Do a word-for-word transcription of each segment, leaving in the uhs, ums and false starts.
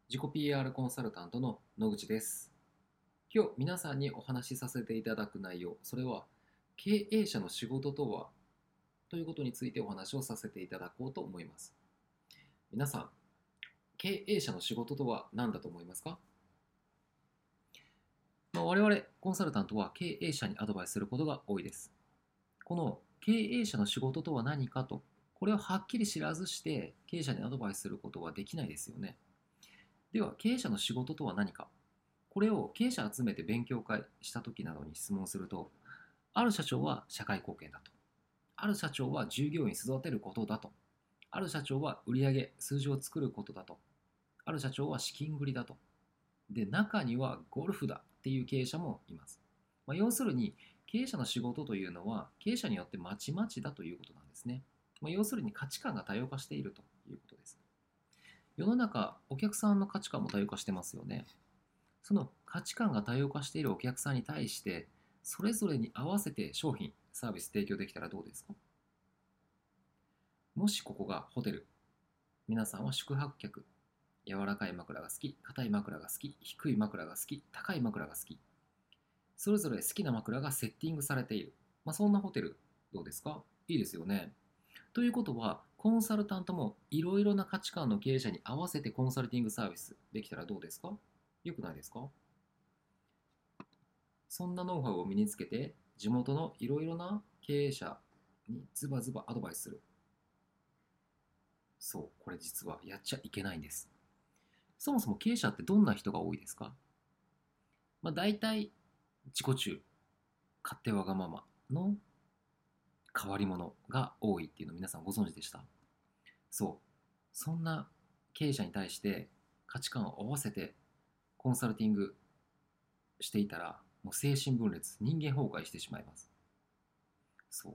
自己 ピーアール コンサルタントの野口です。今日皆さんにお話しさせていただく内容、それは経営者の仕事とはということについてお話をさせていただこうと思います。皆さん、経営者の仕事とは何だと思いますか？まあ、我々コンサルタントは経営者にアドバイスすることが多いです。この経営者の仕事とは何かと、これをはっきり知らずして経営者にアドバイスすることはできないですよね。では、経営者の仕事とは何か、これを経営者集めて勉強会した時などに質問すると、ある社長は社会貢献だと、ある社長は従業員育てることだと、ある社長は売上数字を作ることだと、ある社長は資金繰りだと、で中にはゴルフだっていう経営者もいます。まあ、要するに経営者の仕事というのは経営者によってまちまちだということなんですね。まあ、要するに価値観が多様化しているということです。世の中、お客さんの価値観も多様化してますよね。その価値観が多様化しているお客さんに対して、それぞれに合わせて商品、サービス提供できたらどうですか？もしここがホテル、皆さんは宿泊客、柔らかい枕が好き、硬い枕が好き、低い枕が好き、高い枕が好き、それぞれ好きな枕がセッティングされている。まあ、そんなホテル、どうですか？いいですよね。ということは、コンサルタントもいろいろな価値観の経営者に合わせてコンサルティングサービスできたらどうですか？よくないですか？そんなノウハウを身につけて、地元のいろいろな経営者にズバズバアドバイスする。そう、これ実はやっちゃいけないんです。そもそも経営者ってどんな人が多いですか？まあ、大体自己中、勝手わがままの変わり者が多いっていうのを皆さんご存知でした？そう、そんな経営者に対して価値観を合わせてコンサルティングしていたら、もう精神分裂、人間崩壊してしまいます。そう、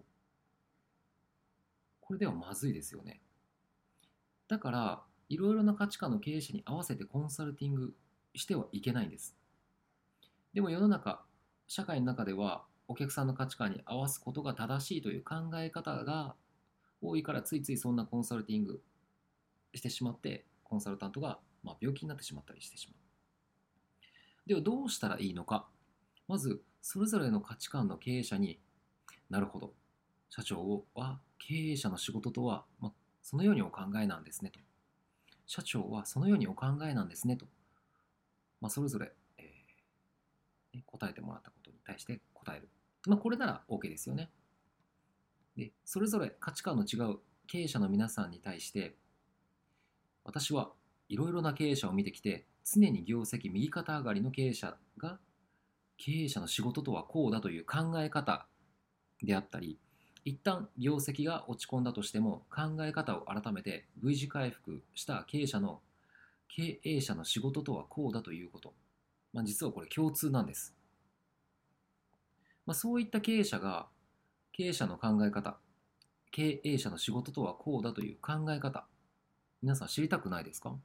これではまずいですよね。だから、いろいろな価値観の経営者に合わせてコンサルティングしてはいけないんです。でも世の中、社会の中では、お客さんの価値観に合わすことが正しいという考え方が多いから、ついついそんなコンサルティングしてしまって、コンサルタントがまあ病気になってしまったりしてしまう。では、どうしたらいいのか。まず、それぞれの価値観の経営者に、なるほど、社長は経営者の仕事とは、まあ、そのようにお考えなんですねと。社長はそのようにお考えなんですねと、まあ、それぞれ、えー答えてもらったことに対して答える。まあ、これなら OK ですよね。で、それぞれ価値観の違う経営者の皆さんに対して、私はいろいろな経営者を見てきて、常に業績右肩上がりの経営者が、経営者の仕事とはこうだという考え方であったり、一旦業績が落ち込んだとしても考え方を改めて V 字回復した経営者の経営者の仕事とはこうだということ、まあ、実はこれ共通なんです。まあ、そういった経営者が、経営者の考え方、経営者の仕事とはこうだという考え方、皆さん知りたくないですか？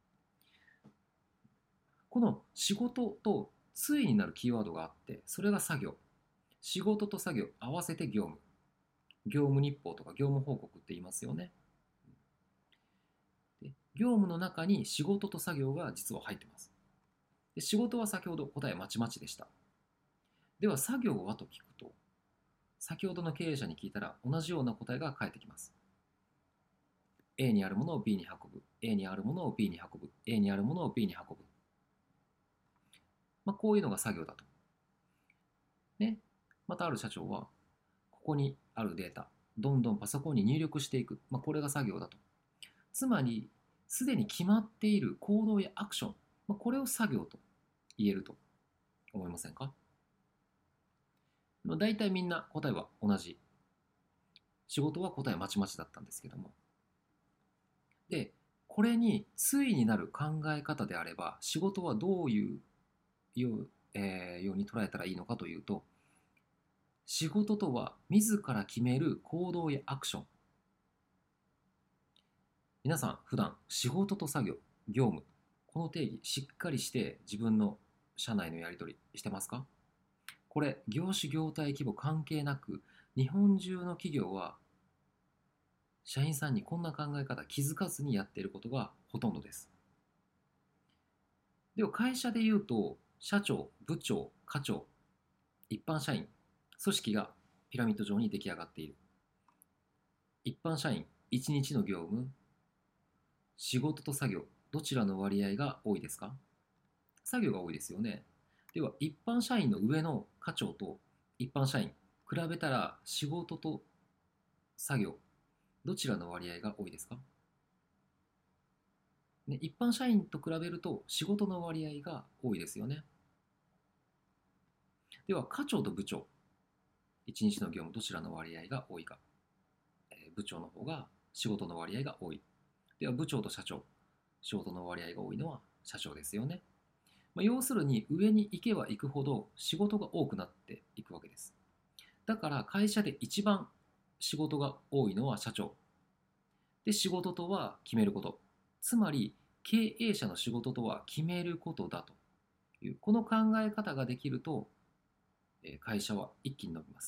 この仕事と対になるキーワードがあって、それが作業。仕事と作業合わせて業務。業務日報とか業務報告って言いますよね。で、業務の中に仕事と作業が実は入ってます。で、仕事は先ほど答えまちまちでした。では作業はと聞くと、先ほどの経営者に聞いたら同じような答えが返ってきます。A にあるものを B に運ぶ。A にあるものを B に運ぶ。A にあるものを B に運ぶ。まあ、こういうのが作業だと。ね。またある社長は、ここにあるデータ、どんどんパソコンに入力していく。まあ、これが作業だと。つまり、すでに決まっている行動やアクション、まあ、これを作業と言えると思いませんか？まあ、大体みんな答えは同じ。仕事は答えまちまちだったんですけども。で、これに対になる考え方であれば、仕事はどういうよう,、えーように捉えたらいいのかというと、仕事とは自ら決める行動やアクション。皆さん、普段仕事と作業、業務、この定義しっかりして自分の社内のやり取りしてますか？これ、業種業態規模関係なく、日本中の企業は社員さんにこんな考え方気づかずにやっていることがほとんどです。 では会社で言うと、社長、部長、課長、一般社員、組織がピラミッド状に出来上がっている。一般社員、いちにちの業務、仕事と作業、どちらの割合が多いですか？作業が多いですよね。では、一般社員の上の課長と一般社員、比べたら仕事と作業、どちらの割合が多いですか？ね、一般社員と比べると仕事の割合が多いですよね。では、課長と部長、いちにちの業務、どちらの割合が多いか。えー部長の方が仕事の割合が多い。では、部長と社長、仕事の割合が多いのは社長ですよね。まあ、要するに、上に行けば行くほど仕事が多くなっていくわけです。だから会社で一番仕事が多いのは社長。で、仕事とは決めること。つまり、経営者の仕事とは決めることだという、この考え方ができると、えー会社は一気に伸びます。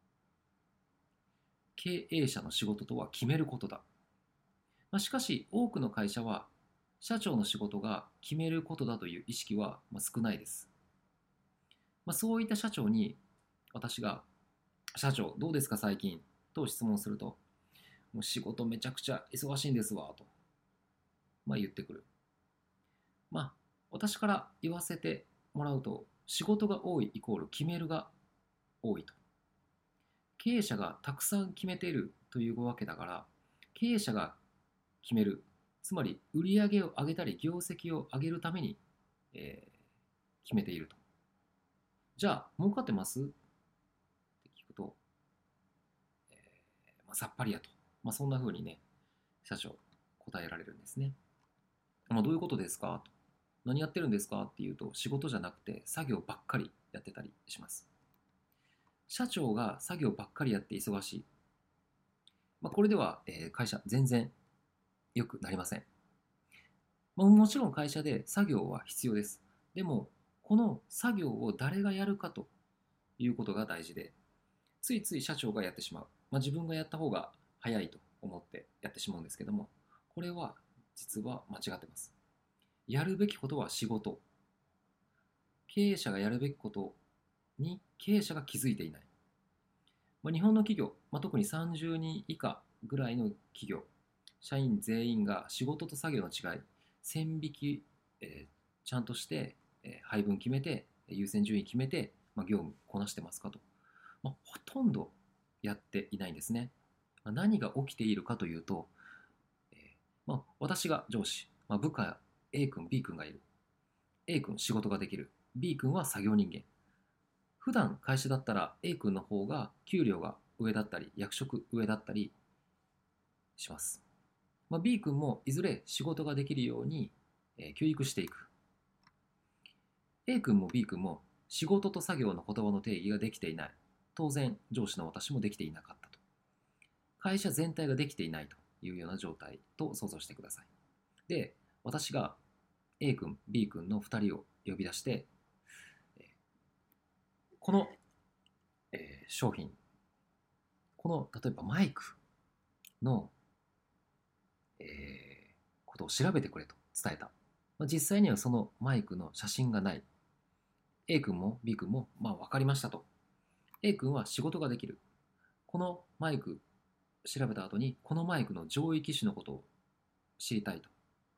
経営者の仕事とは決めることだ。まあ、しかし、多くの会社は、社長の仕事が決めることだという意識はまあ少ないです。まあ、そういった社長に、私が、社長、どうですか最近と質問すると、もう仕事めちゃくちゃ忙しいんですわ、と、まあ、言ってくる。まあ、私から言わせてもらうと、仕事が多いイコール決めるが多いと。経営者がたくさん決めているというわけだから、経営者が決める。つまり、売上を上げたり、業績を上げるために、えー決めていると。じゃあ、儲かってますって聞くと、えーまあ、さっぱりやと。まあ、そんな風にね、社長、答えられるんですね。まあ、どういうことですかと。何やってるんですかっていうと、仕事じゃなくて作業ばっかりやってたりします。社長が作業ばっかりやって忙しい。まあ、これでは、えー会社全然良くなりません。まあ、もちろん会社で作業は必要です。でも、この作業を誰がやるかということが大事で、ついつい社長がやってしまう。まあ、自分がやった方が早いと思ってやってしまうんですけども、これは実は間違ってます。やるべきことは仕事。経営者がやるべきことに経営者が気づいていない。まあ、日本の企業、まあ、特にさんじゅうにん以下ぐらいの企業、社員全員が仕事と作業の違い、線引き、えーちゃんとして、えー配分決めて、優先順位決めて、まあ、業務こなしてますかと。まあ、ほとんどやっていないんですね。まあ、何が起きているかというと、えーまあ、私が上司、まあ、部下 A 君、B 君がいる。A 君仕事ができる。B 君は作業人間。普段会社だったら A 君の方が給料が上だったり、役職上だったりします。まあ、B 君もいずれ仕事ができるように、えー教育していく。A 君も B 君も仕事と作業の言葉の定義ができていない。当然、上司の私もできていなかったと。会社全体ができていないというような状態と想像してください。で、私が A 君、B 君のふたりを呼び出して、この、えー商品、この例えばマイクの、えーことを調べてくれと伝えた。まあ、実際にはそのマイクの写真がない。A 君も B 君も、まあ、分かりましたと。A 君は仕事ができる。このマイク調べた後に、このマイクの上位機種のことを知りたいと、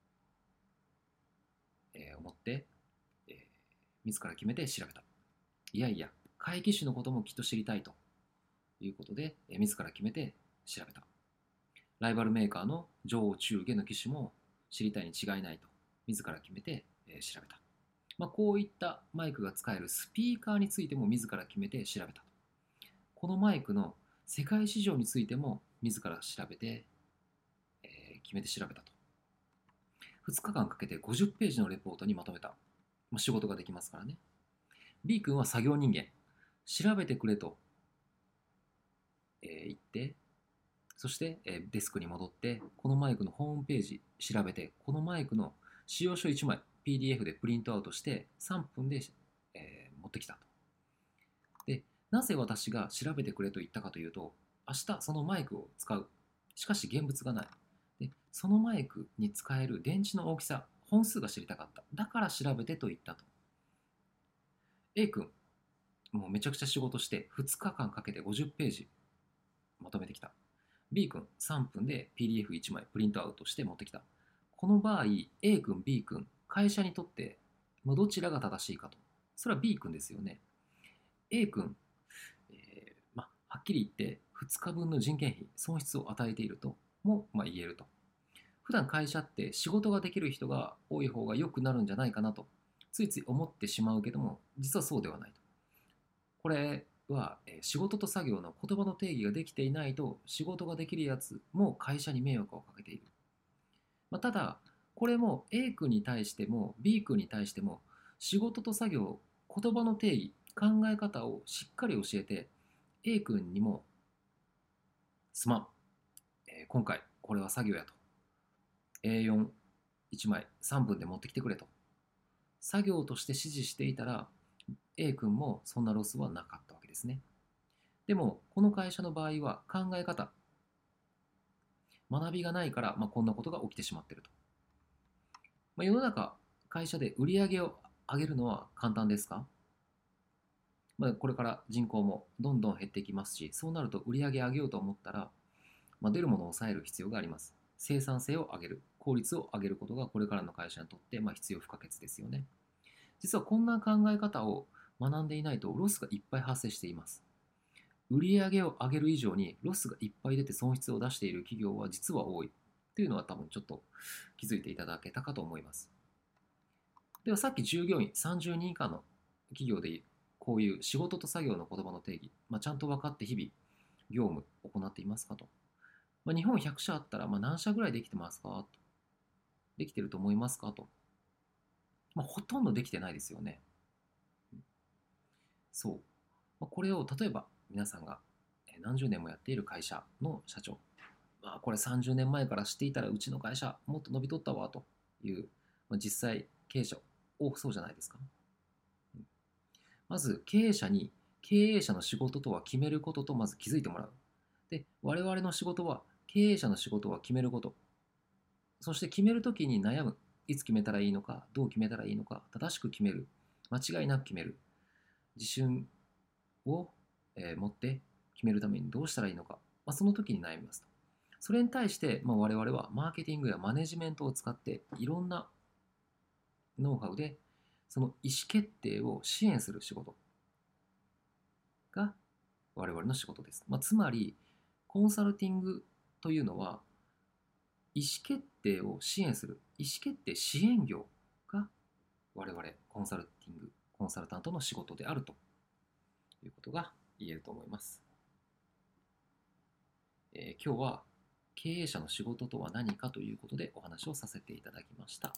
えー思って、えー自ら決めて調べた。いやいや、下位機種のこともきっと知りたいということで、えー自ら決めて調べた。ライバルメーカーの上中下の機種も知りたいに違いないと自ら決めて、えー調べた。まあ、こういったマイクが使えるスピーカーについても自ら決めて調べた。このマイクの世界市場についても自ら調べて、えー決めて調べたと。ふつかかんかけてごじゅっページのレポートにまとめた。まあ、仕事ができますからね。B 君は作業人間。調べてくれと、えー言って、そして、えーデスクに戻って、このマイクのホームページ調べて、このマイクの使用書いちまい ピーディーエフ でプリントアウトしてさんぷんで、えー持ってきたと。で、なぜ私が調べてくれと言ったかというと、明日そのマイクを使う。しかし現物がない。で、そのマイクに使える電池の大きさ、 本数が知りたかった。だから調べてと言ったと。A 君、もうめちゃくちゃ仕事してふつかかんかけてごじゅっページまとめてきた。B 君、さんぷんで ピーディーエフいち 枚プリントアウトして持ってきた。この場合、A 君、B 君、会社にとってどちらが正しいかと。それは B 君ですよね。A 君、えーま、はっきり言ってふつかぶんの人件費、損失を与えているとも、ま、言えると。普段会社って仕事ができる人が多い方が良くなるんじゃないかなとついつい思ってしまうけども、実はそうではないと。これはえー仕事と作業の言葉の定義ができていないと仕事ができるやつも会社に迷惑をかけている。まあ、ただこれも A 君に対しても B 君に対しても仕事と作業、言葉の定義、考え方をしっかり教えて A 君にもすまん、えー今回これは作業やと エーよんいち 枚さんぷんで持ってきてくれと作業として指示していたら A 君もそんなロスはなかったわけですね。でもこの会社の場合は考え方、学びがないから、まあ、こんなことが起きてしまっていると。まあ、世の中、会社で売り上げを上げるのは簡単ですか？まあ、これから人口もどんどん減っていきますし、そうなると売り上げ上げようと思ったら、まあ、出るものを抑える必要があります。生産性を上げる、効率を上げることがこれからの会社にとってまあ必要不可欠ですよね。実はこんな考え方を学んでいないとロスがいっぱい発生しています。売上を上げる以上にロスがいっぱい出て損失を出している企業は実は多いというのは多分ちょっと気づいていただけたかと思います。ではさっき従業員さんじゅうにん以下の企業でこういう仕事と作業の言葉の定義、まあ、ちゃんと分かって日々業務を行っていますかと。まあ、日本ひゃくしゃあったらまあ何社ぐらいできてますかと。できてると思いますかと。まあ、ほとんどできてないですよね。そう。まあ、これを例えば皆さんが何十年もやっている会社の社長、まあ、これさんじゅうねんまえから知っていたらうちの会社もっと伸びとったわという、まあ、実際経営者多そうじゃないですか。まず経営者に経営者の仕事とは決めることとまず気づいてもらう。で、我々の仕事は経営者の仕事は決めること。そして決めるときに悩む。いつ決めたらいいのか、どう決めたらいいのか、正しく決める。間違いなく決める。自信を、えー持って決めるためにどうしたらいいのか、まあ、その時に悩みますと。それに対して、まあ、我々はマーケティングやマネジメントを使っていろんなノウハウでその意思決定を支援する仕事が我々の仕事です。まあ、つまりコンサルティングというのは意思決定を支援する意思決定支援業が我々コンサルティングコンサルタントの仕事であるということが言えると思います。えー今日は経営者の仕事とは何かということでお話をさせていただきました。